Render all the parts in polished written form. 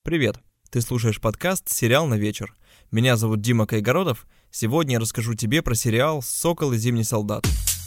Привет! Ты слушаешь подкаст «Сериал на вечер». Меня зовут Дима Кайгородов. Сегодня я расскажу тебе про сериал «Сокол и Зимний солдат».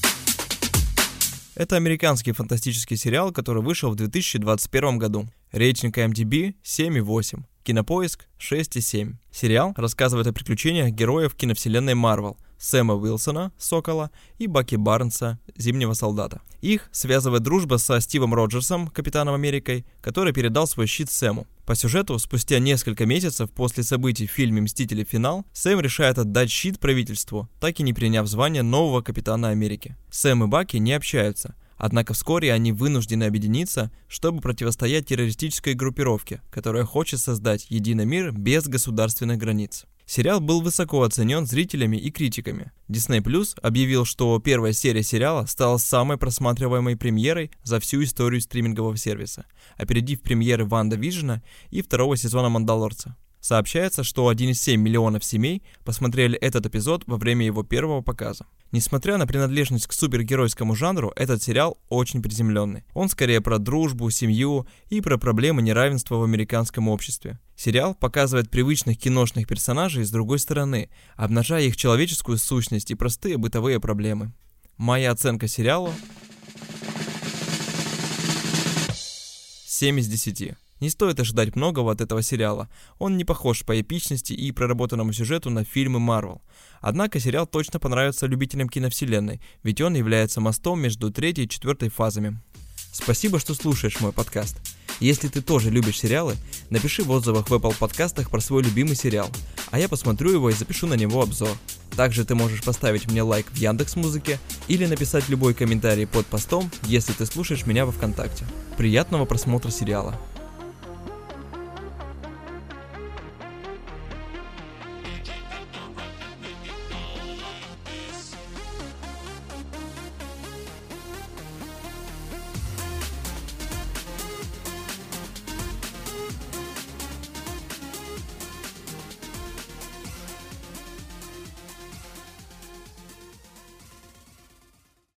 Это американский фантастический сериал, который вышел в 2021 году. Рейтинг IMDb 7,8. Кинопоиск 6,7. Сериал рассказывает о приключениях героев киновселенной Марвел Сэма Уилсона, Сокола, и Баки Барнса, Зимнего солдата. Их связывает дружба со Стивом Роджерсом, Капитаном Америкой, который передал свой щит Сэму. По сюжету, спустя несколько месяцев после событий в фильме «Мстители. Финал», Сэм решает отдать щит правительству, так и не приняв звание нового Капитана Америки. Сэм и Баки не общаются, однако вскоре они вынуждены объединиться, чтобы противостоять террористической группировке, которая хочет создать единый мир без государственных границ. Сериал был высоко оценен зрителями и критиками. Disney Plus объявил, что первая серия сериала стала самой просматриваемой премьерой за всю историю стримингового сервиса, опередив премьеры «Ванда Вижена» и второго сезона «Мандалорца». Сообщается, что 1,7 миллионов семей посмотрели этот эпизод во время его первого показа. Несмотря на принадлежность к супергеройскому жанру, этот сериал очень приземленный. Он скорее про дружбу, семью и про проблемы неравенства в американском обществе. Сериал показывает привычных киношных персонажей с другой стороны, обнажая их человеческую сущность и простые бытовые проблемы. Моя оценка сериалу 7 из 10. Не стоит ожидать многого от этого сериала. Он не похож по эпичности и проработанному сюжету на фильмы Marvel. Однако сериал точно понравится любителям киновселенной, ведь он является мостом между третьей и четвертой фазами. Спасибо, что слушаешь мой подкаст. Если ты тоже любишь сериалы, напиши в отзывах в Apple подкастах про свой любимый сериал, а я посмотрю его и запишу на него обзор. Также ты можешь поставить мне лайк в Яндекс.Музыке или написать любой комментарий под постом, если ты слушаешь меня во ВКонтакте. Приятного просмотра сериала.